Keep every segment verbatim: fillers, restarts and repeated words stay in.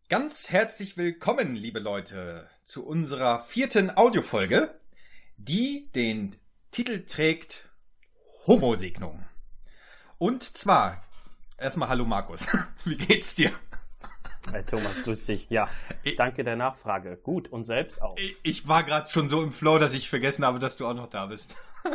Ganz herzlich willkommen, liebe Leute, zu unserer vierten Audiofolge, die den Titel trägt Homosegnung. Und zwar, erstmal hallo Markus, wie geht's dir? Hey Thomas, grüß dich. Ja, danke der Nachfrage. Gut, und selbst auch. Ich, ich war gerade schon so im Flow, dass ich vergessen habe, dass du auch noch da bist.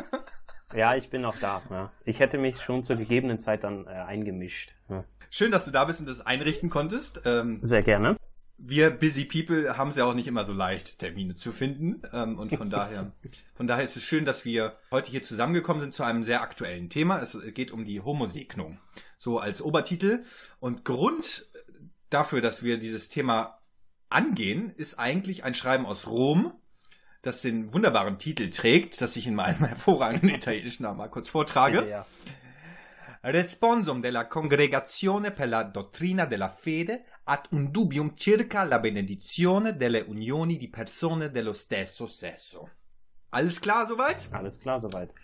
Ja, ich bin noch da. Ja. Ich hätte mich schon zur gegebenen Zeit dann äh, eingemischt. Ja. Schön, dass du da bist und das einrichten konntest. Ähm, Sehr gerne. Wir Busy People haben es ja auch nicht immer so leicht, Termine zu finden. Ähm, und von daher, von daher ist es schön, dass wir heute hier zusammengekommen sind zu einem sehr aktuellen Thema. Es geht um die Homosegnung. So als Obertitel. Und Grund dafür, dass wir dieses Thema angehen, ist eigentlich ein Schreiben aus Rom, das den wunderbaren Titel trägt, das ich in meinem hervorragenden italienischen Namen mal kurz vortrage. Bitte, ja. Responsum della Congregazione per la Dottrina della Fede ad un dubium circa la benedizione delle unioni di persone dello stesso sesso. Alles klar soweit? Alles klar soweit.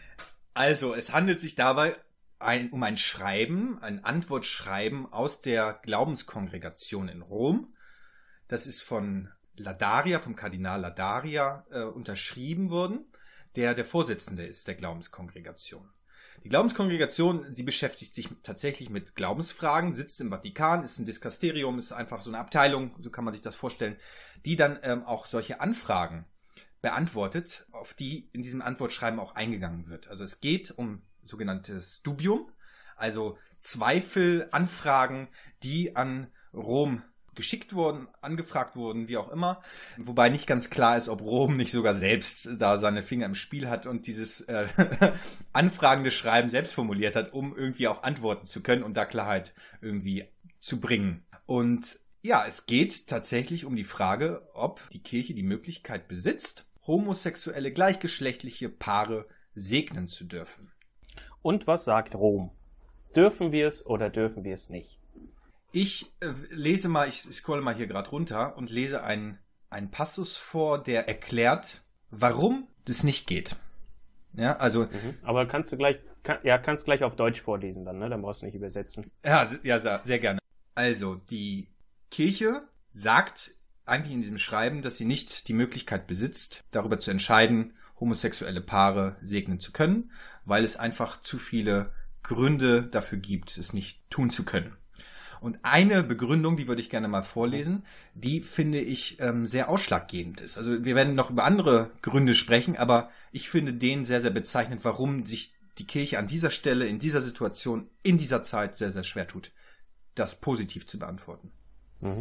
Also, es handelt sich dabei ein, um ein Schreiben, ein Antwortschreiben aus der Glaubenskongregation in Rom. Das ist von Ladaria, vom Kardinal Ladaria, äh, unterschrieben worden, der der Vorsitzende ist der Glaubenskongregation. Die Glaubenskongregation, sie beschäftigt sich tatsächlich mit Glaubensfragen, sitzt im Vatikan, ist ein Diskasterium, ist einfach so eine Abteilung, so kann man sich das vorstellen, die dann ähm, auch solche Anfragen beantwortet, auf die in diesem Antwortschreiben auch eingegangen wird. Also es geht um sogenanntes Dubium, also Zweifel, Anfragen, die an Rom geschickt wurden, angefragt wurden, wie auch immer. Wobei nicht ganz klar ist, ob Rom nicht sogar selbst da seine Finger im Spiel hat und dieses äh, anfragende Schreiben selbst formuliert hat, um irgendwie auch antworten zu können und da Klarheit irgendwie zu bringen. Und ja, es geht tatsächlich um die Frage, ob die Kirche die Möglichkeit besitzt, homosexuelle gleichgeschlechtliche Paare segnen zu dürfen. Und was sagt Rom? Dürfen wir es oder dürfen wir es nicht? Ich äh, lese mal, ich scrolle mal hier gerade runter und lese einen, einen Passus vor, der erklärt, warum das nicht geht. Ja, also. Mhm. Aber kannst du gleich, kann, ja, kannst gleich auf Deutsch vorlesen dann, ne? Dann brauchst du nicht übersetzen. Ja, ja, sehr, sehr gerne. Also, die Kirche sagt eigentlich in diesem Schreiben, dass sie nicht die Möglichkeit besitzt, darüber zu entscheiden, homosexuelle Paare segnen zu können, weil es einfach zu viele Gründe dafür gibt, es nicht tun zu können. Und eine Begründung, die würde ich gerne mal vorlesen, die finde ich ähm, sehr ausschlaggebend ist. Also wir werden noch über andere Gründe sprechen, aber ich finde den sehr, sehr bezeichnend, warum sich die Kirche an dieser Stelle, in dieser Situation, in dieser Zeit sehr, sehr schwer tut, das positiv zu beantworten. Mhm.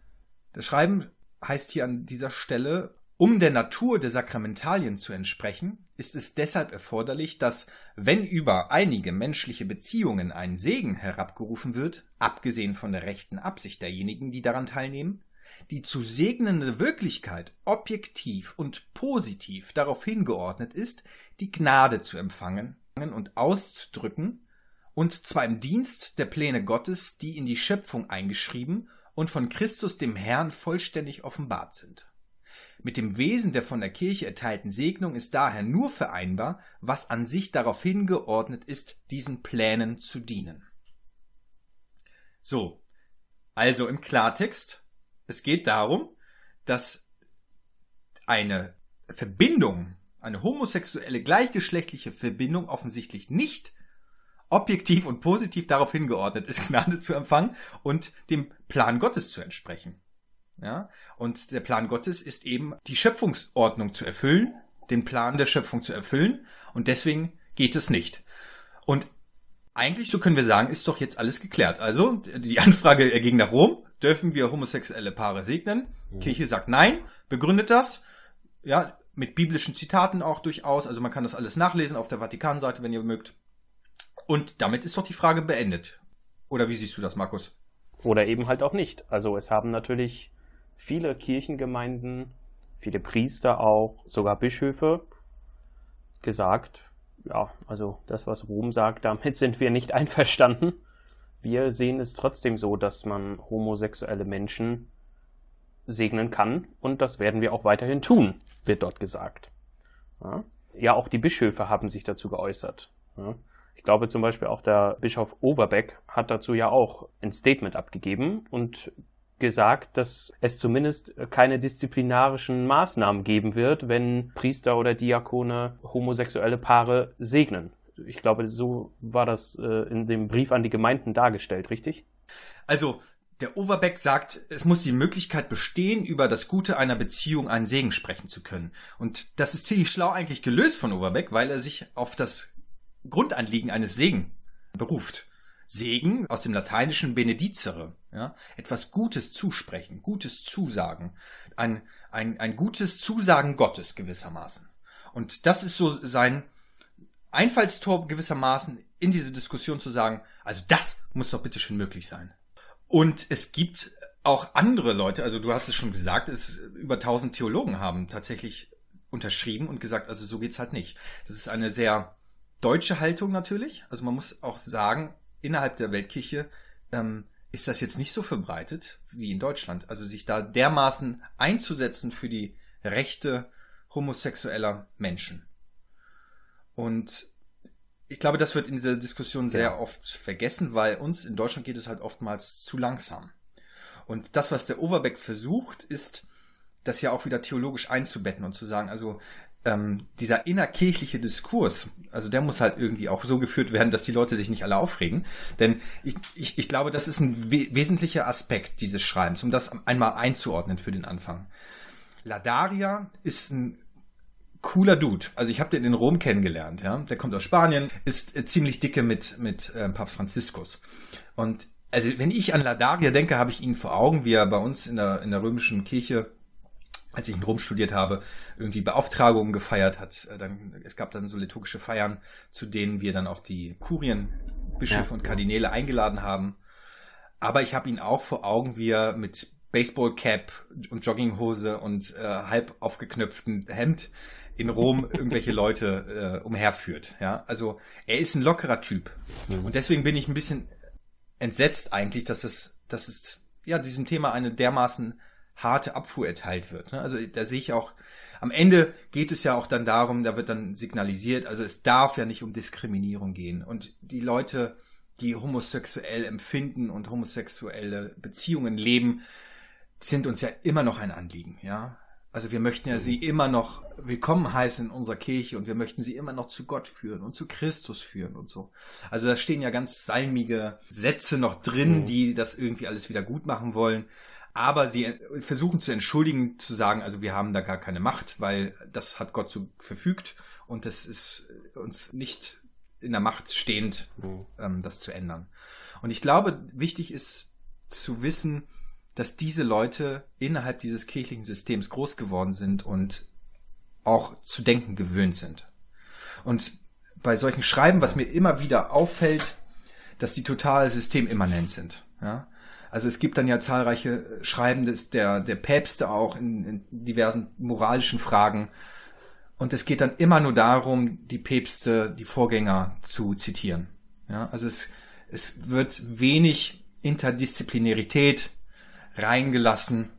Das Schreiben heißt hier an dieser Stelle, um der Natur der Sakramentalien zu entsprechen, ist es deshalb erforderlich, dass, wenn über einige menschliche Beziehungen ein Segen herabgerufen wird, abgesehen von der rechten Absicht derjenigen, die daran teilnehmen, die zu segnende Wirklichkeit objektiv und positiv darauf hingeordnet ist, die Gnade zu empfangen und auszudrücken, und zwar im Dienst der Pläne Gottes, die in die Schöpfung eingeschrieben und von Christus dem Herrn vollständig offenbart sind. Mit dem Wesen der von der Kirche erteilten Segnung ist daher nur vereinbar, was an sich darauf hingeordnet ist, diesen Plänen zu dienen. So, also im Klartext, es geht darum, dass eine Verbindung, eine homosexuelle gleichgeschlechtliche Verbindung offensichtlich nicht objektiv und positiv darauf hingeordnet ist, Gnade zu empfangen und dem Plan Gottes zu entsprechen. Ja, und der Plan Gottes ist eben, die Schöpfungsordnung zu erfüllen, den Plan der Schöpfung zu erfüllen, und deswegen geht es nicht. Und eigentlich, so können wir sagen, ist doch jetzt alles geklärt. Also, die Anfrage ging nach Rom, dürfen wir homosexuelle Paare segnen? Mhm. Kirche sagt nein, begründet das, ja, mit biblischen Zitaten auch durchaus, also man kann das alles nachlesen auf der Vatikanseite, wenn ihr mögt. Und damit ist doch die Frage beendet. Oder wie siehst du das, Markus? Oder eben halt auch nicht. Also es haben natürlich viele Kirchengemeinden, viele Priester auch, sogar Bischöfe gesagt, ja, also das, was Rom sagt, damit sind wir nicht einverstanden. Wir sehen es trotzdem so, dass man homosexuelle Menschen segnen kann, und das werden wir auch weiterhin tun, wird dort gesagt. Ja, ja, auch die Bischöfe haben sich dazu geäußert. Ja. Ich glaube zum Beispiel auch der Bischof Overbeck hat dazu ja auch ein Statement abgegeben und gesagt, dass es zumindest keine disziplinarischen Maßnahmen geben wird, wenn Priester oder Diakone homosexuelle Paare segnen. Ich glaube, so war das äh, in dem Brief an die Gemeinden dargestellt, richtig? Also, der Overbeck sagt, es muss die Möglichkeit bestehen, über das Gute einer Beziehung einen Segen sprechen zu können. Und das ist ziemlich schlau eigentlich gelöst von Overbeck, weil er sich auf das Grundanliegen eines Segen beruft. Segen aus dem lateinischen benedicere, ja, etwas Gutes zusprechen, Gutes zusagen, ein, ein, ein gutes Zusagen Gottes gewissermaßen. Und das ist so sein Einfallstor gewissermaßen in diese Diskussion zu sagen, also das muss doch bitte schön möglich sein. Und es gibt auch andere Leute, also du hast es schon gesagt, es über tausend Theologen haben tatsächlich unterschrieben und gesagt, also so geht's halt nicht. Das ist eine sehr deutsche Haltung natürlich. Also man muss auch sagen, innerhalb der Weltkirche ähm, ist das jetzt nicht so verbreitet wie in Deutschland. Also sich da dermaßen einzusetzen für die Rechte homosexueller Menschen. Und ich glaube, das wird in dieser Diskussion sehr ja. oft vergessen, weil uns in Deutschland geht es halt oftmals zu langsam. Und das, was der Overbeck versucht, ist, das ja auch wieder theologisch einzubetten und zu sagen, also ähm, dieser innerkirchliche Diskurs, also der muss halt irgendwie auch so geführt werden, dass die Leute sich nicht alle aufregen. Denn ich, ich, ich glaube, das ist ein we- wesentlicher Aspekt dieses Schreibens, um das einmal einzuordnen für den Anfang. Ladaria ist ein cooler Dude. Also ich habe den in Rom kennengelernt. Ja, der kommt aus Spanien, ist äh, ziemlich dicke mit mit äh, Papst Franziskus. Und also wenn ich an Ladaria denke, habe ich ihn vor Augen, wie er bei uns in der in der römischen Kirche, als ich in Rom studiert habe, irgendwie Beauftragungen gefeiert hat. Äh, dann es gab dann so liturgische Feiern, zu denen wir dann auch die Kurien, Bischöfe ja. und Kardinäle eingeladen haben. Aber ich habe ihn auch vor Augen, wie er mit Baseballcap und Jogginghose und äh, halb aufgeknöpften Hemd in Rom irgendwelche Leute äh, umherführt. Ja, also er ist ein lockerer Typ. Mhm. Und deswegen bin ich ein bisschen entsetzt eigentlich, dass es, dass es ja diesem Thema eine dermaßen harte Abfuhr erteilt wird. Ne? Also da sehe ich auch, am Ende geht es ja auch dann darum, da wird dann signalisiert, also es darf ja nicht um Diskriminierung gehen. Und die Leute, die homosexuell empfinden und homosexuelle Beziehungen leben, sind uns ja immer noch ein Anliegen, ja. Also wir möchten ja mhm. sie immer noch willkommen heißen in unserer Kirche und wir möchten sie immer noch zu Gott führen und zu Christus führen und so. Also da stehen ja ganz salmige Sätze noch drin, mhm. die das irgendwie alles wieder gut machen wollen. Aber sie versuchen zu entschuldigen, zu sagen, also wir haben da gar keine Macht, weil das hat Gott so verfügt und das ist uns nicht in der Macht stehend, mhm. ähm, das zu ändern. Und ich glaube, wichtig ist zu wissen, dass diese Leute innerhalb dieses kirchlichen Systems groß geworden sind und auch zu denken gewöhnt sind. Und bei solchen Schreiben, was mir immer wieder auffällt, dass die total systemimmanent sind. Ja? Also es gibt dann ja zahlreiche Schreiben des, der, der Päpste auch in, in diversen moralischen Fragen. Und es geht dann immer nur darum, die Päpste, die Vorgänger zu zitieren. Ja? Also es, es wird wenig Interdisziplinarität reingelassen.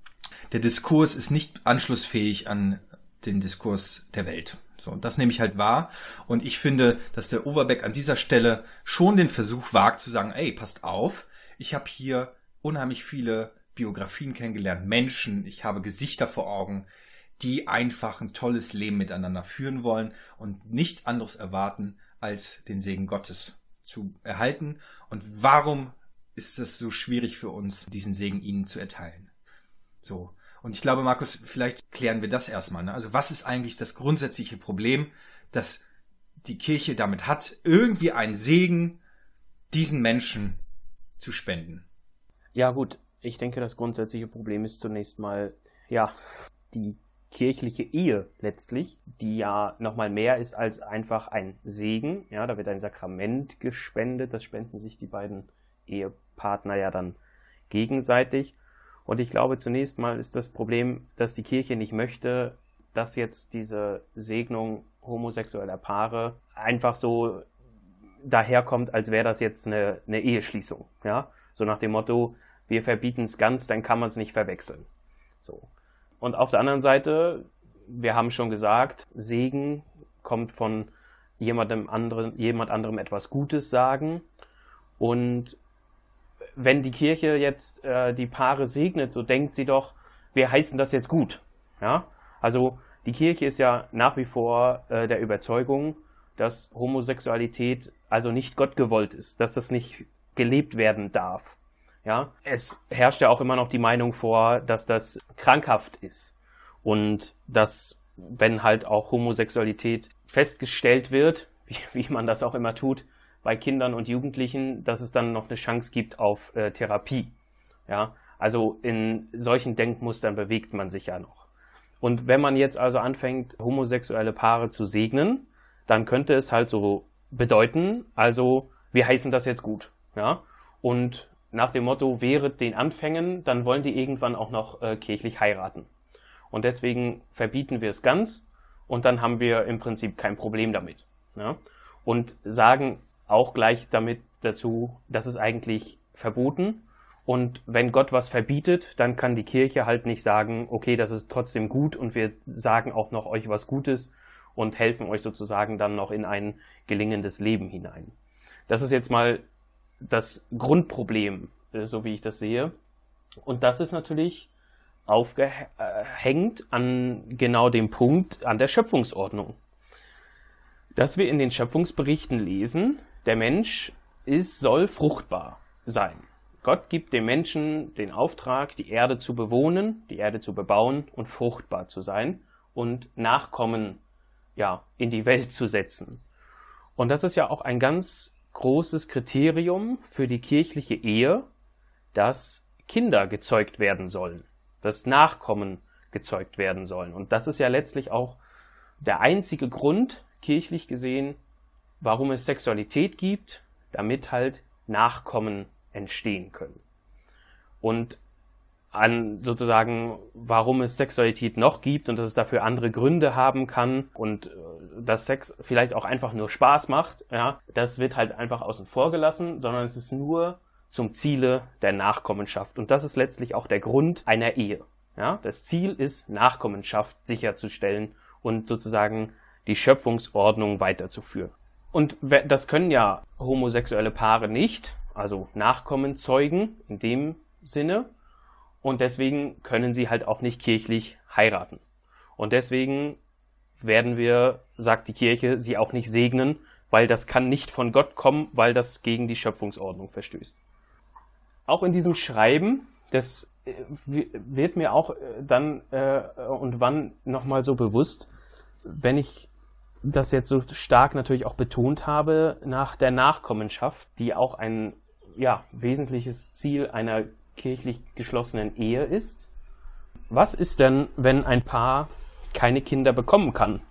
Der Diskurs ist nicht anschlussfähig an den Diskurs der Welt. So, und das nehme ich halt wahr. Und ich finde, dass der Overbeck an dieser Stelle schon den Versuch wagt zu sagen, ey, passt auf, ich habe hier unheimlich viele Biografien kennengelernt, Menschen, ich habe Gesichter vor Augen, die einfach ein tolles Leben miteinander führen wollen und nichts anderes erwarten, als den Segen Gottes zu erhalten. Und warum ist es so schwierig für uns, diesen Segen ihnen zu erteilen? So. Und ich glaube, Markus, vielleicht klären wir das erstmal. Ne? Also was ist eigentlich das grundsätzliche Problem, dass die Kirche damit hat, irgendwie einen Segen diesen Menschen zu spenden? Ja gut, ich denke, das grundsätzliche Problem ist zunächst mal, ja, die kirchliche Ehe letztlich, die ja nochmal mehr ist als einfach ein Segen. Ja, da wird ein Sakrament gespendet, das spenden sich die beiden Ehepartner ja dann gegenseitig. Und ich glaube, zunächst mal ist das Problem, dass die Kirche nicht möchte, dass jetzt diese Segnung homosexueller Paare einfach so daherkommt, als wäre das jetzt eine, eine Eheschließung. Ja? So nach dem Motto, wir verbieten es ganz, dann kann man es nicht verwechseln. So. Und auf der anderen Seite, wir haben schon gesagt, Segen kommt von jemandem anderen, jemand anderem etwas Gutes sagen. Und wenn die Kirche jetzt äh, die Paare segnet, so denkt sie doch, wir heißen das jetzt gut. Ja? Also die Kirche ist ja nach wie vor äh, der Überzeugung, dass Homosexualität also nicht Gott gewollt ist, dass das nicht gelebt werden darf. Ja? Es herrscht ja auch immer noch die Meinung vor, dass das krankhaft ist und dass, wenn halt auch Homosexualität festgestellt wird, wie, wie man das auch immer tut, bei Kindern und Jugendlichen, dass es dann noch eine Chance gibt auf äh, Therapie. Ja? Also in solchen Denkmustern bewegt man sich ja noch. Und wenn man jetzt also anfängt, homosexuelle Paare zu segnen, dann könnte es halt so bedeuten, also wir heißen das jetzt gut. Ja? Und nach dem Motto, wehret den Anfängen, dann wollen die irgendwann auch noch äh, kirchlich heiraten. Und deswegen verbieten wir es ganz und dann haben wir im Prinzip kein Problem damit. Ja? Und sagen auch gleich damit dazu, das ist eigentlich verboten. Und wenn Gott was verbietet, dann kann die Kirche halt nicht sagen, okay, das ist trotzdem gut und wir sagen auch noch euch was Gutes und helfen euch sozusagen dann noch in ein gelingendes Leben hinein. Das ist jetzt mal das Grundproblem, so wie ich das sehe. Und das ist natürlich aufgehängt an genau dem Punkt, an der Schöpfungsordnung. Dass wir in den Schöpfungsberichten lesen, der Mensch ist, soll fruchtbar sein. Gott gibt dem Menschen den Auftrag, die Erde zu bewohnen, die Erde zu bebauen und fruchtbar zu sein und Nachkommen ja, in die Welt zu setzen. Und das ist ja auch ein ganz großes Kriterium für die kirchliche Ehe, dass Kinder gezeugt werden sollen, dass Nachkommen gezeugt werden sollen. Und das ist ja letztlich auch der einzige Grund, kirchlich gesehen, warum es Sexualität gibt, damit halt Nachkommen entstehen können. Und an sozusagen, warum es Sexualität noch gibt und dass es dafür andere Gründe haben kann und äh, dass Sex vielleicht auch einfach nur Spaß macht, ja, das wird halt einfach außen vor gelassen, sondern es ist nur zum Ziele der Nachkommenschaft. Und das ist letztlich auch der Grund einer Ehe. Ja? Das Ziel ist, Nachkommenschaft sicherzustellen und sozusagen die Schöpfungsordnung weiterzuführen. Und das können ja homosexuelle Paare nicht, also Nachkommen zeugen in dem Sinne. Und deswegen können sie halt auch nicht kirchlich heiraten. Und deswegen werden wir, sagt die Kirche, sie auch nicht segnen, weil das kann nicht von Gott kommen, weil das gegen die Schöpfungsordnung verstößt. Auch in diesem Schreiben, das wird mir auch dann äh, und wann nochmal so bewusst, wenn ich das jetzt so stark natürlich auch betont habe, nach der Nachkommenschaft, die auch ein ja, wesentliches Ziel einer kirchlich geschlossenen Ehe ist. Was ist denn, wenn ein Paar keine Kinder bekommen kann?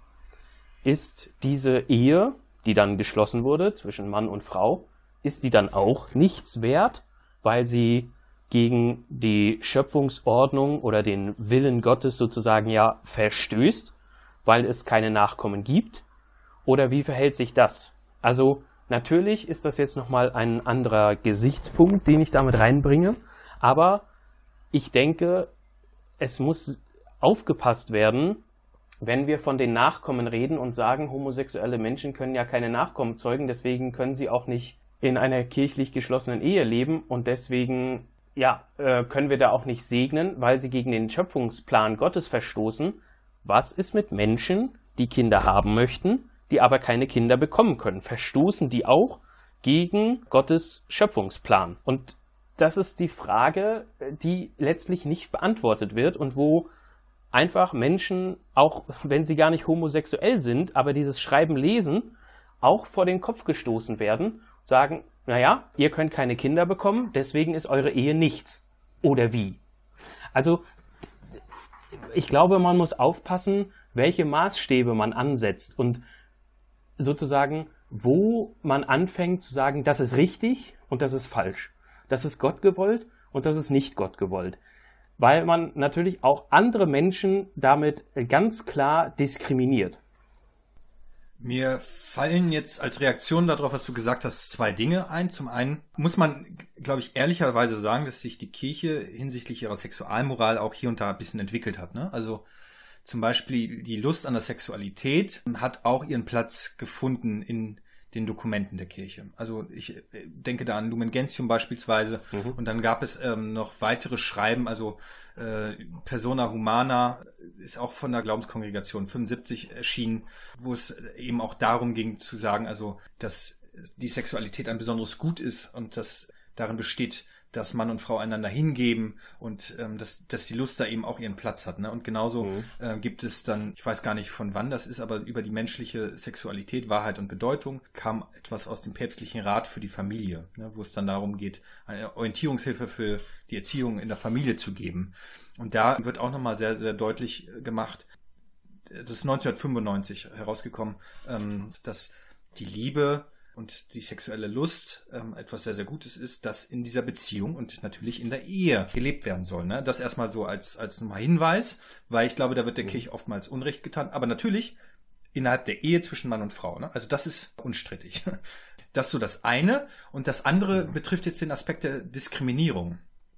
Ist diese Ehe, die dann geschlossen wurde zwischen Mann und Frau, ist die dann auch nichts wert, weil sie gegen die Schöpfungsordnung oder den Willen Gottes sozusagen ja verstößt, weil es keine Nachkommen gibt? Oder wie verhält sich das? Also natürlich ist das jetzt nochmal ein anderer Gesichtspunkt, den ich damit reinbringe, aber ich denke, es muss aufgepasst werden, wenn wir von den Nachkommen reden und sagen, homosexuelle Menschen können ja keine Nachkommen zeugen, deswegen können sie auch nicht in einer kirchlich geschlossenen Ehe leben und deswegen ja, äh, können wir da auch nicht segnen, weil sie gegen den Schöpfungsplan Gottes verstoßen. Was ist mit Menschen, die Kinder haben möchten, die aber keine Kinder bekommen können? Verstoßen die auch gegen Gottes Schöpfungsplan? Und das ist die Frage, die letztlich nicht beantwortet wird und wo einfach Menschen, auch wenn sie gar nicht homosexuell sind, aber dieses Schreiben lesen, auch vor den Kopf gestoßen werden und sagen, naja, ihr könnt keine Kinder bekommen, deswegen ist eure Ehe nichts. Oder wie? Also ich glaube, man muss aufpassen, welche Maßstäbe man ansetzt und sozusagen, wo man anfängt zu sagen, das ist richtig und das ist falsch. Das ist Gott gewollt und das ist nicht Gott gewollt. Weil man natürlich auch andere Menschen damit ganz klar diskriminiert. Mir fallen jetzt als Reaktion darauf, was du gesagt hast, zwei Dinge ein. Zum einen muss man, glaube ich, ehrlicherweise sagen, dass sich die Kirche hinsichtlich ihrer Sexualmoral auch hier und da ein bisschen entwickelt hat, ne? Also zum Beispiel die Lust an der Sexualität hat auch ihren Platz gefunden in den Dokumenten der Kirche. Also ich denke da an Lumen Gentium beispielsweise. Mhm. Und dann gab es ähm, noch weitere Schreiben, also äh, Persona Humana ist auch von der Glaubenskongregation fünfundsiebzig erschienen, wo es eben auch darum ging zu sagen, also dass die Sexualität ein besonderes Gut ist und dass darin besteht, dass Mann und Frau einander hingeben und ähm, dass, dass die Lust da eben auch ihren Platz hat. Ne? Und genauso mhm. äh, gibt es dann, ich weiß gar nicht von wann das ist, aber über die menschliche Sexualität, Wahrheit und Bedeutung kam etwas aus dem päpstlichen Rat für die Familie, ne? Wo es dann darum geht, eine Orientierungshilfe für die Erziehung in der Familie zu geben. Und da wird auch nochmal sehr, sehr deutlich gemacht, das ist neunzehnhundertfünfundneunzig herausgekommen, ähm, dass die Liebe und die sexuelle Lust ähm, etwas sehr, sehr Gutes ist, das in dieser Beziehung und natürlich in der Ehe gelebt werden soll. Ne? Das erstmal so als, als nochmal Hinweis, weil ich glaube, da wird der Kirche oftmals Unrecht getan. Aber natürlich innerhalb der Ehe zwischen Mann und Frau. Ne? Also das ist unstrittig. Das ist so das eine. Und das andere betrifft jetzt den Aspekt der Diskriminierung.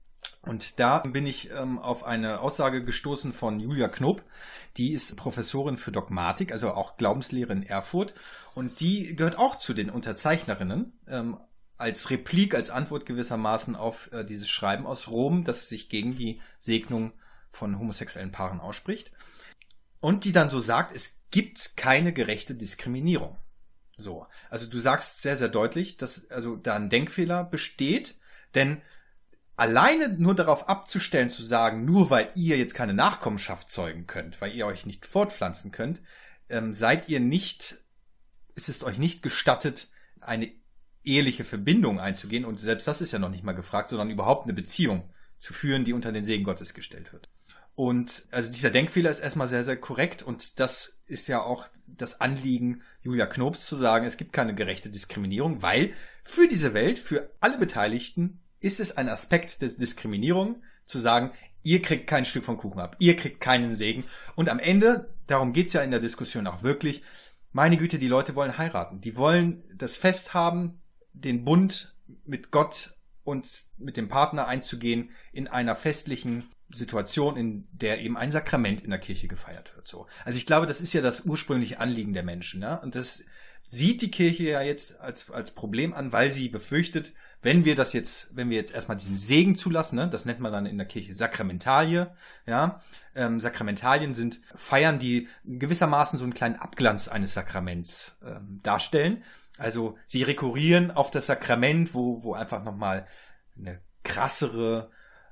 Und da bin ich ähm, auf eine Aussage gestoßen von Julia Knob. Die ist Professorin für Dogmatik, also auch Glaubenslehre in Erfurt. Und die gehört auch zu den Unterzeichnerinnen, ähm, als Replik, als Antwort gewissermaßen auf äh, dieses Schreiben aus Rom, das sich gegen die Segnung von homosexuellen Paaren ausspricht. Und die dann so sagt, es gibt keine gerechte Diskriminierung. So, also du sagst sehr, sehr deutlich, dass also da ein Denkfehler besteht, denn alleine nur darauf abzustellen, zu sagen, nur weil ihr jetzt keine Nachkommenschaft zeugen könnt, weil ihr euch nicht fortpflanzen könnt, ähm, seid ihr nicht, ist es euch nicht gestattet, eine eheliche Verbindung einzugehen. Und selbst das ist ja noch nicht mal gefragt, sondern überhaupt eine Beziehung zu führen, die unter den Segen Gottes gestellt wird. Und also dieser Denkfehler ist erstmal sehr, sehr korrekt. Und das ist ja auch das Anliegen Julia Knobs zu sagen, es gibt keine gerechte Diskriminierung, weil für diese Welt, für alle Beteiligten, ist es ein Aspekt der Diskriminierung, zu sagen, ihr kriegt kein Stück vom Kuchen ab, ihr kriegt keinen Segen. Und am Ende, darum geht's ja in der Diskussion auch wirklich, meine Güte, die Leute wollen heiraten. Die wollen das Fest haben, den Bund mit Gott und mit dem Partner einzugehen in einer festlichen Situation, in der eben ein Sakrament in der Kirche gefeiert wird. So. Also ich glaube, das ist ja das ursprüngliche Anliegen der Menschen. Ja? Und das sieht die Kirche ja jetzt als, als Problem an, weil sie befürchtet, wenn wir das jetzt, wenn wir jetzt erstmal diesen Segen zulassen, ne, das nennt man dann in der Kirche Sakramentalienn, ja, ähm, Sakramentalien sind Feiern, die gewissermaßen so einen kleinen Abglanz eines Sakraments ähm, darstellen. Also sie rekurrieren auf das Sakrament, wo, wo einfach nochmal eine krassere,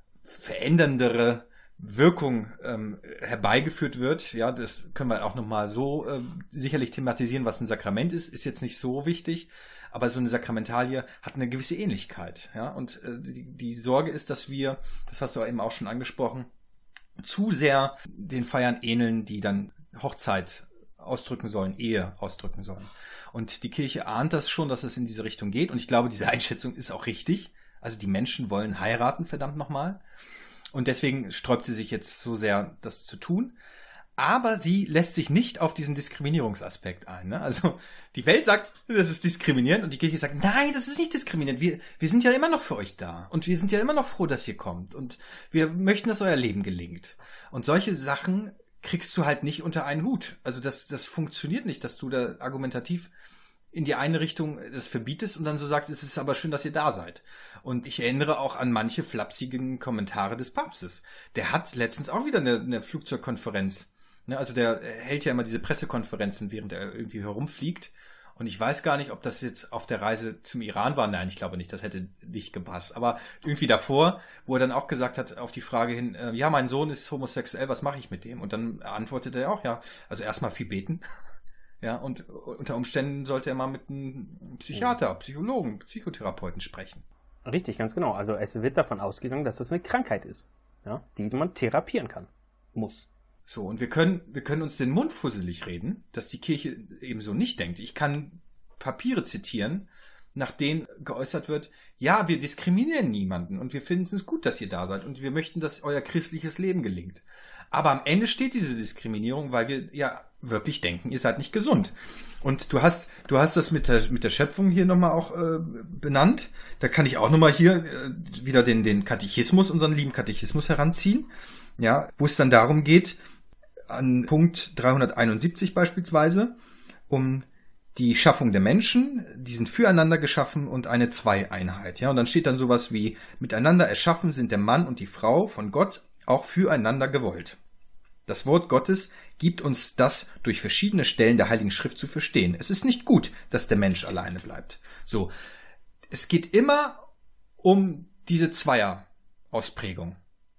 veränderndere Wirkung ähm, herbeigeführt wird. Ja, das können wir auch nochmal so äh, sicherlich thematisieren, was ein Sakrament ist, ist jetzt nicht so wichtig. Aber so eine Sakramentalie hat eine gewisse Ähnlichkeit. Ja? Und äh, die, die Sorge ist, dass wir, das hast du eben auch schon angesprochen, zu sehr den Feiern ähneln, die dann Hochzeit ausdrücken sollen, Ehe ausdrücken sollen. Und die Kirche ahnt das schon, dass es in diese Richtung geht. Und ich glaube, diese Einschätzung ist auch richtig. Also die Menschen wollen heiraten, verdammt nochmal. Und deswegen sträubt sie sich jetzt so sehr, das zu tun. Aber sie lässt sich nicht auf diesen Diskriminierungsaspekt ein. Ne? Also die Welt sagt, das ist diskriminierend und die Kirche sagt, nein, das ist nicht diskriminierend. Wir, wir sind ja immer noch für euch da und wir sind ja immer noch froh, dass ihr kommt und wir möchten, dass euer Leben gelingt. Und solche Sachen kriegst du halt nicht unter einen Hut. Also das, das funktioniert nicht, dass du da argumentativ in die eine Richtung das verbietest und dann so sagst, es ist aber schön, dass ihr da seid. Und ich erinnere auch an manche flapsigen Kommentare des Papstes. Der hat letztens auch wieder eine, eine Flugzeugkonferenz. Ne, also der hält ja immer diese Pressekonferenzen, während er irgendwie herumfliegt. Und ich weiß gar nicht, ob das jetzt auf der Reise zum Iran war. Nein, ich glaube nicht, das hätte nicht gepasst. Aber irgendwie davor, wo er dann auch gesagt hat, auf die Frage hin, äh, ja, mein Sohn ist homosexuell, was mache ich mit dem? Und dann antwortete er auch, ja, also erstmal viel beten. Ja, und unter Umständen sollte er mal mit einem Psychiater, Psychologen, Psychotherapeuten sprechen. Richtig, ganz genau. Also es wird davon ausgegangen, dass das eine Krankheit ist, ja, die man therapieren kann, muss. So, und wir können, wir können uns den Mund fusselig reden, dass die Kirche eben so nicht denkt. Ich kann Papiere zitieren, nach denen geäußert wird, ja, wir diskriminieren niemanden und wir finden es gut, dass ihr da seid und wir möchten, dass euer christliches Leben gelingt. Aber am Ende steht diese Diskriminierung, weil wir ja wirklich denken, ihr seid nicht gesund. Und du hast, du hast das mit der, mit der Schöpfung hier nochmal auch äh, benannt. Da kann ich auch nochmal hier äh, wieder den, den Katechismus, unseren lieben Katechismus heranziehen. Ja, wo es dann darum geht, an Punkt dreihunderteinundsiebzig beispielsweise, um die Schaffung der Menschen, die sind füreinander geschaffen und eine Zweieinheit. Ja, und dann steht dann sowas wie, miteinander erschaffen sind der Mann und die Frau von Gott auch füreinander gewollt. Das Wort Gottes gibt uns das durch verschiedene Stellen der Heiligen Schrift zu verstehen. Es ist nicht gut, dass der Mensch alleine bleibt. So, es geht immer um diese Zweier-Ausprägung.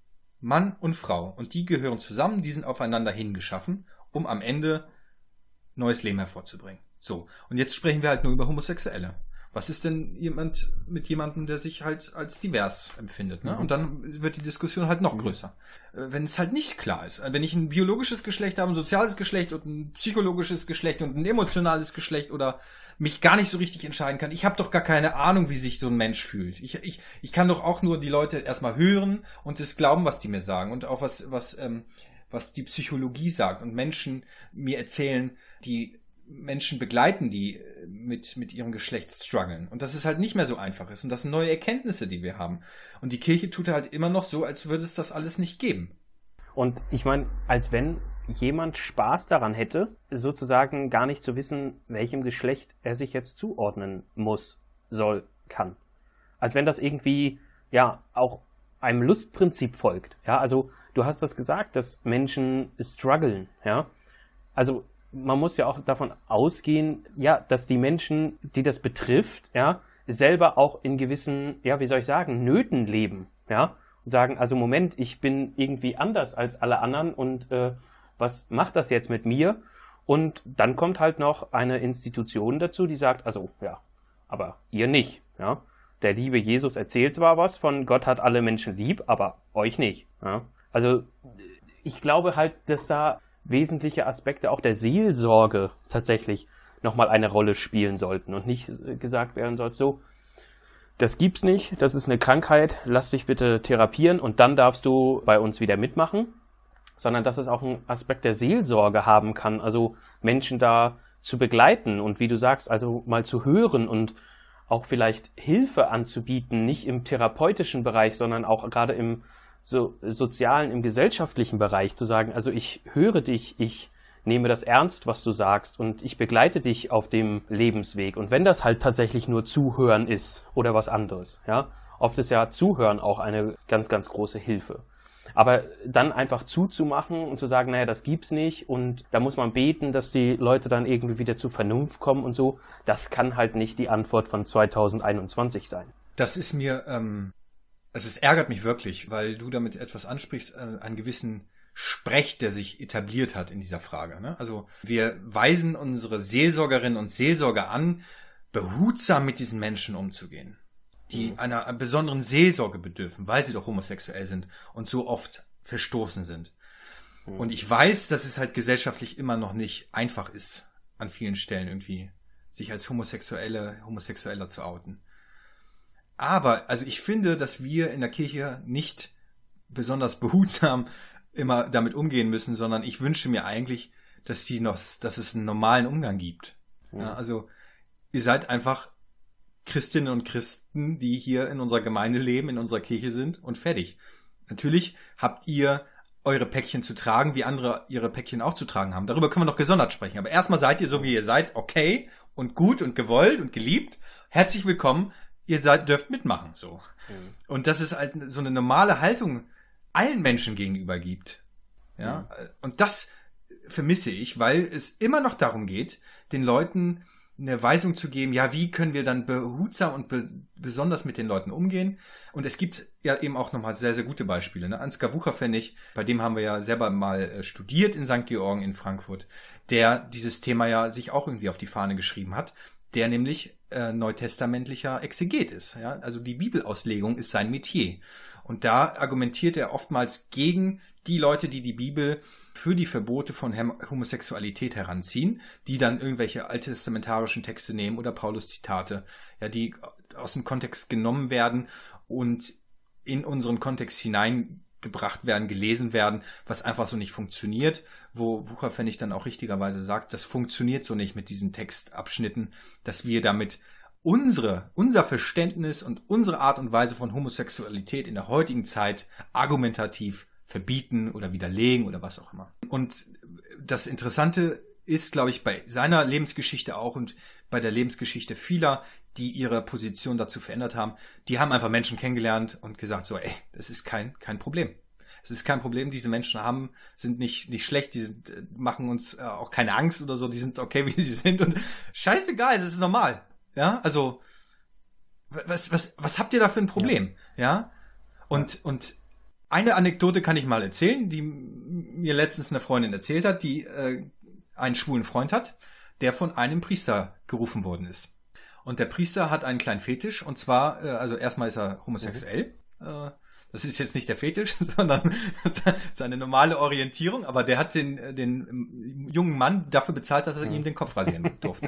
Mann und Frau. Und die gehören zusammen, die sind aufeinander hingeschaffen, um am Ende neues Leben hervorzubringen. So, und jetzt sprechen wir halt nur über Homosexuelle. Was ist denn jemand mit jemandem, der sich halt als divers empfindet, ne? Mhm. Und dann wird die Diskussion halt noch größer. Wenn es halt nicht klar ist, wenn ich ein biologisches Geschlecht habe, ein soziales Geschlecht und ein psychologisches Geschlecht und ein emotionales Geschlecht oder mich gar nicht so richtig entscheiden kann, ich habe doch gar keine Ahnung, wie sich so ein Mensch fühlt. Ich, ich, ich kann doch auch nur die Leute erstmal hören und das glauben, was die mir sagen und auch was, was, ähm, was die Psychologie sagt und Menschen mir erzählen, die Menschen begleiten, die mit, mit ihrem Geschlecht strugglen. Und dass es halt nicht mehr so einfach ist. Und das sind neue Erkenntnisse, die wir haben. Und die Kirche tut halt immer noch so, als würde es das alles nicht geben. Und ich meine, als wenn jemand Spaß daran hätte, sozusagen gar nicht zu wissen, welchem Geschlecht er sich jetzt zuordnen muss, soll, kann. Als wenn das irgendwie, ja, auch einem Lustprinzip folgt. Ja, also du hast das gesagt, dass Menschen strugglen, ja. Also man muss ja auch davon ausgehen, ja, dass die Menschen, die das betrifft, ja, selber auch in gewissen, ja, wie soll ich sagen, Nöten leben, ja, und sagen, also Moment, ich bin irgendwie anders als alle anderen und äh, was macht das jetzt mit mir? Und dann kommt halt noch eine Institution dazu, die sagt, also, ja, aber ihr nicht, ja. Der liebe Jesus erzählt zwar was von Gott hat alle Menschen lieb, aber euch nicht, ja. Also, ich glaube halt, dass da wesentliche Aspekte auch der Seelsorge tatsächlich nochmal eine Rolle spielen sollten und nicht gesagt werden sollte, so, das gibt's nicht, das ist eine Krankheit, lass dich bitte therapieren und dann darfst du bei uns wieder mitmachen, sondern dass es auch einen Aspekt der Seelsorge haben kann, also Menschen da zu begleiten und wie du sagst, also mal zu hören und auch vielleicht Hilfe anzubieten, nicht im therapeutischen Bereich, sondern auch gerade im so sozialen, im gesellschaftlichen Bereich zu sagen, also ich höre dich, ich nehme das ernst, was du sagst und ich begleite dich auf dem Lebensweg. Und wenn das halt tatsächlich nur Zuhören ist oder was anderes, ja, oft ist ja Zuhören auch eine ganz, ganz große Hilfe. Aber dann einfach zuzumachen und zu sagen, naja, das gibt's nicht und da muss man beten, dass die Leute dann irgendwie wieder zur Vernunft kommen und so, das kann halt nicht die Antwort von zweitausendeinundzwanzig sein. Das ist mir, ähm Also es ärgert mich wirklich, weil du damit etwas ansprichst, einen gewissen Sprech, der sich etabliert hat in dieser Frage. Ne? Also wir weisen unsere Seelsorgerinnen und Seelsorger an, behutsam mit diesen Menschen umzugehen, die mhm. einer besonderen Seelsorge bedürfen, weil sie doch homosexuell sind und so oft verstoßen sind. Mhm. Und ich weiß, dass es halt gesellschaftlich immer noch nicht einfach ist, an vielen Stellen irgendwie sich als Homosexuelle, Homosexueller zu outen. Aber, also ich finde, dass wir in der Kirche nicht besonders behutsam immer damit umgehen müssen, sondern ich wünsche mir eigentlich, dass die noch, dass es einen normalen Umgang gibt. Ja. Ja, also ihr seid einfach Christinnen und Christen, die hier in unserer Gemeinde leben, in unserer Kirche sind und fertig. Natürlich habt ihr eure Päckchen zu tragen, wie andere ihre Päckchen auch zu tragen haben. Darüber können wir noch gesondert sprechen. Aber erstmal seid ihr so, wie ihr seid, okay und gut und gewollt und geliebt. Herzlich willkommen. Ihr seid, dürft mitmachen, so. Mhm. Und dass es halt so eine normale Haltung allen Menschen gegenüber gibt. Ja. Mhm. Und das vermisse ich, weil es immer noch darum geht, den Leuten eine Weisung zu geben, ja, wie können wir dann behutsam und be- besonders mit den Leuten umgehen? Und es gibt ja eben auch nochmal sehr, sehr gute Beispiele. Ne? Ansgar Wucherpfennig, bei dem haben wir ja selber mal äh, studiert in Sankt Georgen in Frankfurt, der dieses Thema ja sich auch irgendwie auf die Fahne geschrieben hat, der nämlich äh, neutestamentlicher Exeget ist. Ja? Also die Bibelauslegung ist sein Metier. Und da argumentiert er oftmals gegen die Leute, die die Bibel für die Verbote von Homosexualität heranziehen, die dann irgendwelche alttestamentarischen Texte nehmen oder Paulus-Zitate, ja, die aus dem Kontext genommen werden und in unseren Kontext hineingebracht werden, gelesen werden, was einfach so nicht funktioniert, wo Wucherpfennig dann auch richtigerweise sagt, das funktioniert so nicht mit diesen Textabschnitten, dass wir damit unsere, unser Verständnis und unsere Art und Weise von Homosexualität in der heutigen Zeit argumentativ verbieten oder widerlegen oder was auch immer. Und das Interessante ist, glaube ich, bei seiner Lebensgeschichte auch und bei der Lebensgeschichte vieler, die ihre Position dazu verändert haben, die haben einfach Menschen kennengelernt und gesagt so, ey, das ist kein, kein Problem. Es ist kein Problem, diese Menschen haben, sind nicht, nicht schlecht, die sind, machen uns äh, auch keine Angst oder so, die sind okay, wie sie sind und scheißegal, es ist normal. Ja, also, was, was, was habt ihr da für ein Problem? Ja, ja? Und, und eine Anekdote kann ich mal erzählen, die mir letztens eine Freundin erzählt hat, die äh, einen schwulen Freund hat, der von einem Priester gerufen worden ist. Und der Priester hat einen kleinen Fetisch, und zwar, äh, also erstmal ist er homosexuell, mhm. äh, das ist jetzt nicht der Fetisch, sondern seine normale Orientierung, aber der hat den, den jungen Mann dafür bezahlt, dass er ihm den Kopf rasieren durfte.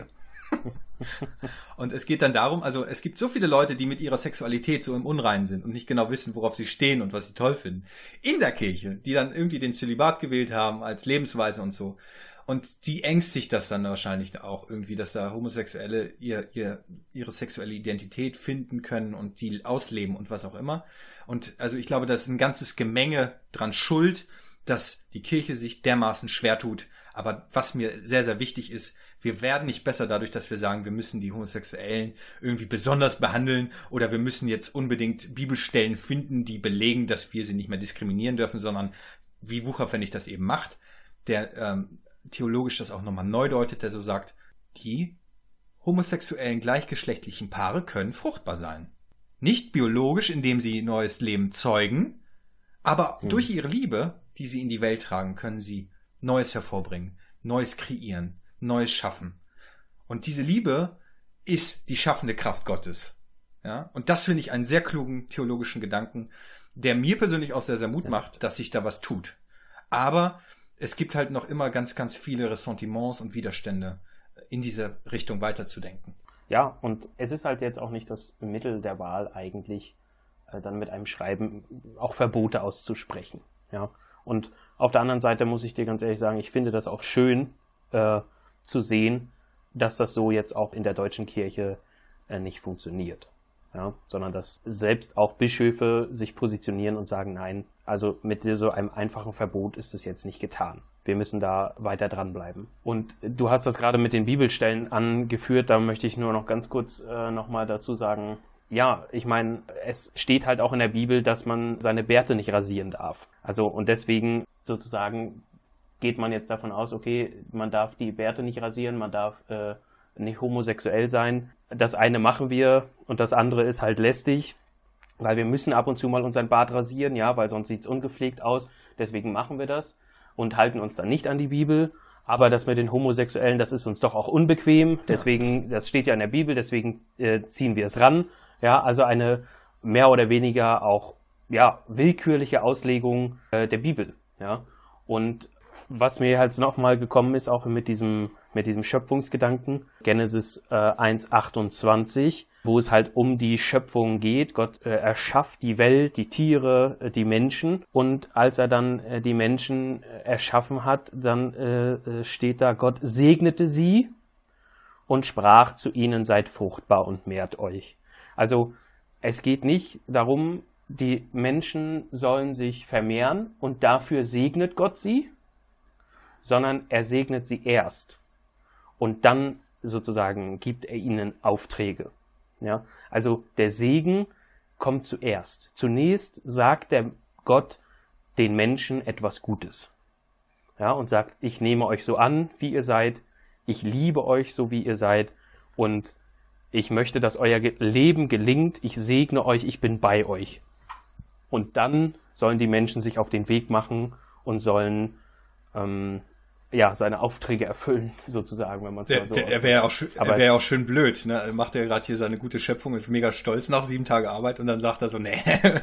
Und es geht dann darum, also es gibt so viele Leute, die mit ihrer Sexualität so im Unreinen sind und nicht genau wissen, worauf sie stehen und was sie toll finden. In der Kirche, die dann irgendwie den Zölibat gewählt haben als Lebensweise und so. Und die ängstigt das dann wahrscheinlich auch irgendwie, dass da Homosexuelle ihr, ihr, ihre sexuelle Identität finden können und die ausleben und was auch immer. Und also ich glaube, da ist ein ganzes Gemenge dran schuld, dass die Kirche sich dermaßen schwer tut. Aber was mir sehr, sehr wichtig ist, wir werden nicht besser dadurch, dass wir sagen, wir müssen die Homosexuellen irgendwie besonders behandeln oder wir müssen jetzt unbedingt Bibelstellen finden, die belegen, dass wir sie nicht mehr diskriminieren dürfen, sondern wie Wucherpfennig das eben macht, der ähm, theologisch das auch nochmal neu deutet, der so sagt, die homosexuellen gleichgeschlechtlichen Paare können fruchtbar sein. Nicht biologisch, indem sie neues Leben zeugen, aber hm. durch ihre Liebe, die sie in die Welt tragen, können sie Neues hervorbringen, Neues kreieren, Neues schaffen. Und diese Liebe ist die schaffende Kraft Gottes. Ja? Und das finde ich einen sehr klugen theologischen Gedanken, der mir persönlich auch sehr, sehr Mut macht, dass sich da was tut. Aber es gibt halt noch immer ganz, ganz viele Ressentiments und Widerstände, in diese Richtung weiterzudenken. Ja, und es ist halt jetzt auch nicht das Mittel der Wahl eigentlich, äh, dann mit einem Schreiben auch Verbote auszusprechen. Ja, und auf der anderen Seite muss ich dir ganz ehrlich sagen, ich finde das auch schön äh, zu sehen, dass das so jetzt auch in der deutschen Kirche äh, nicht funktioniert. Ja, sondern dass selbst auch Bischöfe sich positionieren und sagen, nein, also mit so einem einfachen Verbot ist es jetzt nicht getan. Wir müssen da weiter dranbleiben. Und du hast das gerade mit den Bibelstellen angeführt, da möchte ich nur noch ganz kurz äh, nochmal dazu sagen, ja, ich meine, es steht halt auch in der Bibel, dass man seine Bärte nicht rasieren darf. Also und deswegen sozusagen geht man jetzt davon aus, okay, man darf die Bärte nicht rasieren, man darf äh, nicht homosexuell sein. Das eine machen wir und das andere ist halt lästig, weil wir müssen ab und zu mal unseren Bart rasieren, ja, weil sonst sieht es ungepflegt aus. Deswegen machen wir das und halten uns dann nicht an die Bibel. Aber das mit den Homosexuellen, das ist uns doch auch unbequem. Deswegen, das steht ja in der Bibel, deswegen äh, ziehen wir es ran. Ja, also eine mehr oder weniger auch ja willkürliche Auslegung äh, der Bibel. Ja, und was mir halt nochmal gekommen ist, auch mit diesem, mit diesem Schöpfungsgedanken, Genesis äh, eins achtundzwanzig, wo es halt um die Schöpfung geht. Gott äh, erschafft die Welt, die Tiere, äh, die Menschen. Und als er dann äh, die Menschen äh, erschaffen hat, dann äh, steht da, Gott segnete sie und sprach zu ihnen, seid fruchtbar und mehrt euch. Also es geht nicht darum, die Menschen sollen sich vermehren und dafür segnet Gott sie, sondern er segnet sie erst und dann sozusagen gibt er ihnen Aufträge. Ja? Also der Segen kommt zuerst. Zunächst sagt der Gott den Menschen etwas Gutes, ja, und sagt, ich nehme euch so an, wie ihr seid, ich liebe euch so, wie ihr seid und ich möchte, dass euer Leben gelingt, ich segne euch, ich bin bei euch. Und dann sollen die Menschen sich auf den Weg machen und sollen ähm, ja, seine Aufträge erfüllen, sozusagen, wenn man es mal so ausspricht. Er wäre ja auch, schön, er wär ja auch schön blöd, ne? Er macht ja gerade hier seine gute Schöpfung, ist mega stolz nach sieben Tagen Arbeit und dann sagt er so, nee,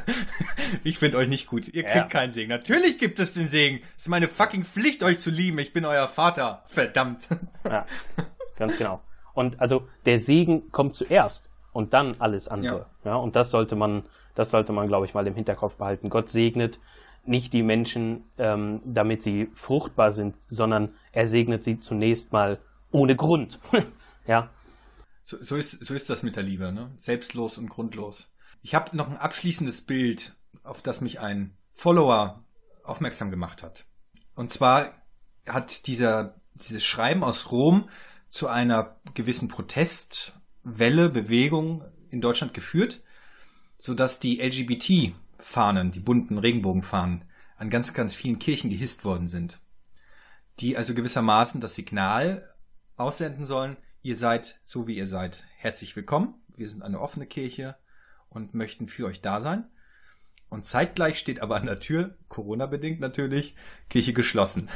ich finde euch nicht gut, ihr kriegt ja keinen Segen. Natürlich gibt es den Segen. Es ist meine fucking Pflicht, euch zu lieben. Ich bin euer Vater. Verdammt. Ja, ganz genau. Und also der Segen kommt zuerst und dann alles andere. Ja, ja, und das sollte man, das sollte man, glaube ich, mal im Hinterkopf behalten. Gott segnet nicht die Menschen, ähm, damit sie fruchtbar sind, sondern er segnet sie zunächst mal ohne Grund. Ja. So, so, ist, so ist das mit der Liebe, ne? Selbstlos und grundlos. Ich habe noch ein abschließendes Bild, auf das mich ein Follower aufmerksam gemacht hat. Und zwar hat dieser dieses Schreiben aus Rom zu einer gewissen Protestwelle, Bewegung in Deutschland geführt, sodass die L G B T-Fahnen, die bunten Regenbogenfahnen, an ganz, ganz vielen Kirchen gehisst worden sind. Die also gewissermaßen das Signal aussenden sollen, ihr seid so, wie ihr seid, herzlich willkommen. Wir sind eine offene Kirche und möchten für euch da sein. Und zeitgleich steht aber an der Tür, Corona-bedingt natürlich, Kirche geschlossen.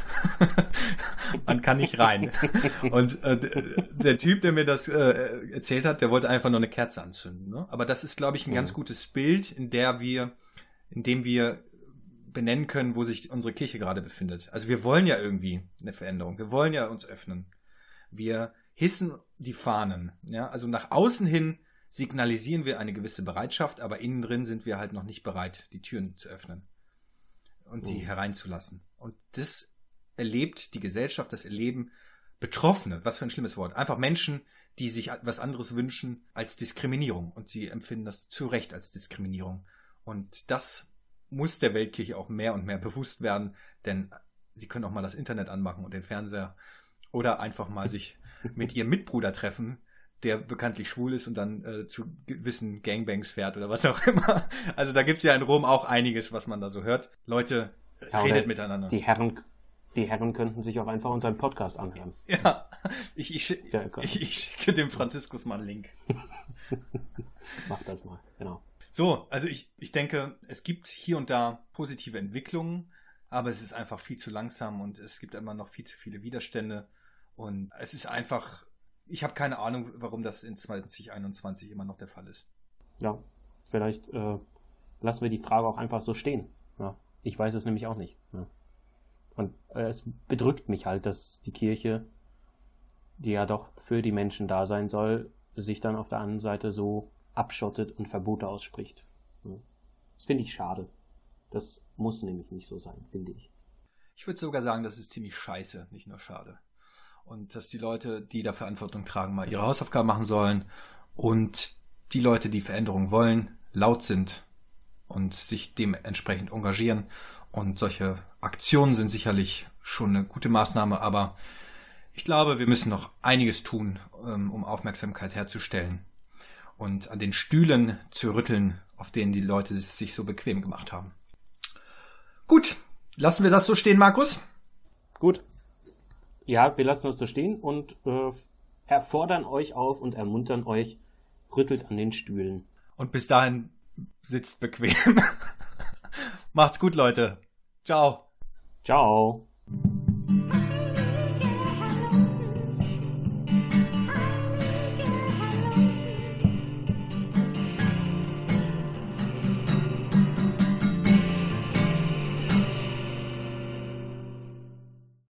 Man kann nicht rein. Und äh, der Typ, der mir das äh, erzählt hat, der wollte einfach nur eine Kerze anzünden. Ne? Aber das ist, glaube ich, ein ganz gutes Bild, in der wir, in dem wir benennen können, wo sich unsere Kirche gerade befindet. Also wir wollen ja irgendwie eine Veränderung. Wir wollen ja uns öffnen. Wir hissen die Fahnen. Ja? Also nach außen hin signalisieren wir eine gewisse Bereitschaft, aber innen drin sind wir halt noch nicht bereit, die Türen zu öffnen und sie oh. hereinzulassen. Und das erlebt die Gesellschaft, das erleben Betroffene, was für ein schlimmes Wort, einfach Menschen, die sich was anderes wünschen als Diskriminierung. Und sie empfinden das zu Recht als Diskriminierung. Und das muss der Weltkirche auch mehr und mehr bewusst werden, denn sie können auch mal das Internet anmachen und den Fernseher oder einfach mal sich mit ihrem Mitbruder treffen, der bekanntlich schwul ist und dann äh, zu gewissen Gangbangs fährt oder was auch immer. Also da gibt's ja in Rom auch einiges, was man da so hört. Leute, ja, redet miteinander. Die Herren, die Herren könnten sich auch einfach unseren Podcast anhören. Ja, ich, ich, schick, ja, ich, ich schicke dem Franziskus mal einen Link. Mach das mal, genau. So, also ich, ich denke, es gibt hier und da positive Entwicklungen, aber es ist einfach viel zu langsam und es gibt immer noch viel zu viele Widerstände und es ist einfach... Ich habe keine Ahnung, warum das in zwanzig einundzwanzig immer noch der Fall ist. Ja, vielleicht äh, lassen wir die Frage auch einfach so stehen. Ja, ich weiß es nämlich auch nicht. Ja. Und äh, es bedrückt mich halt, dass die Kirche, die ja doch für die Menschen da sein soll, sich dann auf der anderen Seite so abschottet und Verbote ausspricht. Ja. Das finde ich schade. Das muss nämlich nicht so sein, finde ich. Ich würde sogar sagen, das ist ziemlich scheiße, nicht nur schade. Und dass die Leute, die da Verantwortung tragen, mal ihre Hausaufgaben machen sollen und die Leute, die Veränderungen wollen, laut sind und sich dementsprechend engagieren. Und solche Aktionen sind sicherlich schon eine gute Maßnahme, aber ich glaube, wir müssen noch einiges tun, um Aufmerksamkeit herzustellen und an den Stühlen zu rütteln, auf denen die Leute es sich so bequem gemacht haben. Gut, lassen wir das so stehen, Markus? Gut. Ja, wir lassen das so stehen und äh, erfordern euch auf und ermuntern euch, rüttelt an den Stühlen. Und bis dahin sitzt bequem. Macht's gut, Leute. Ciao. Ciao.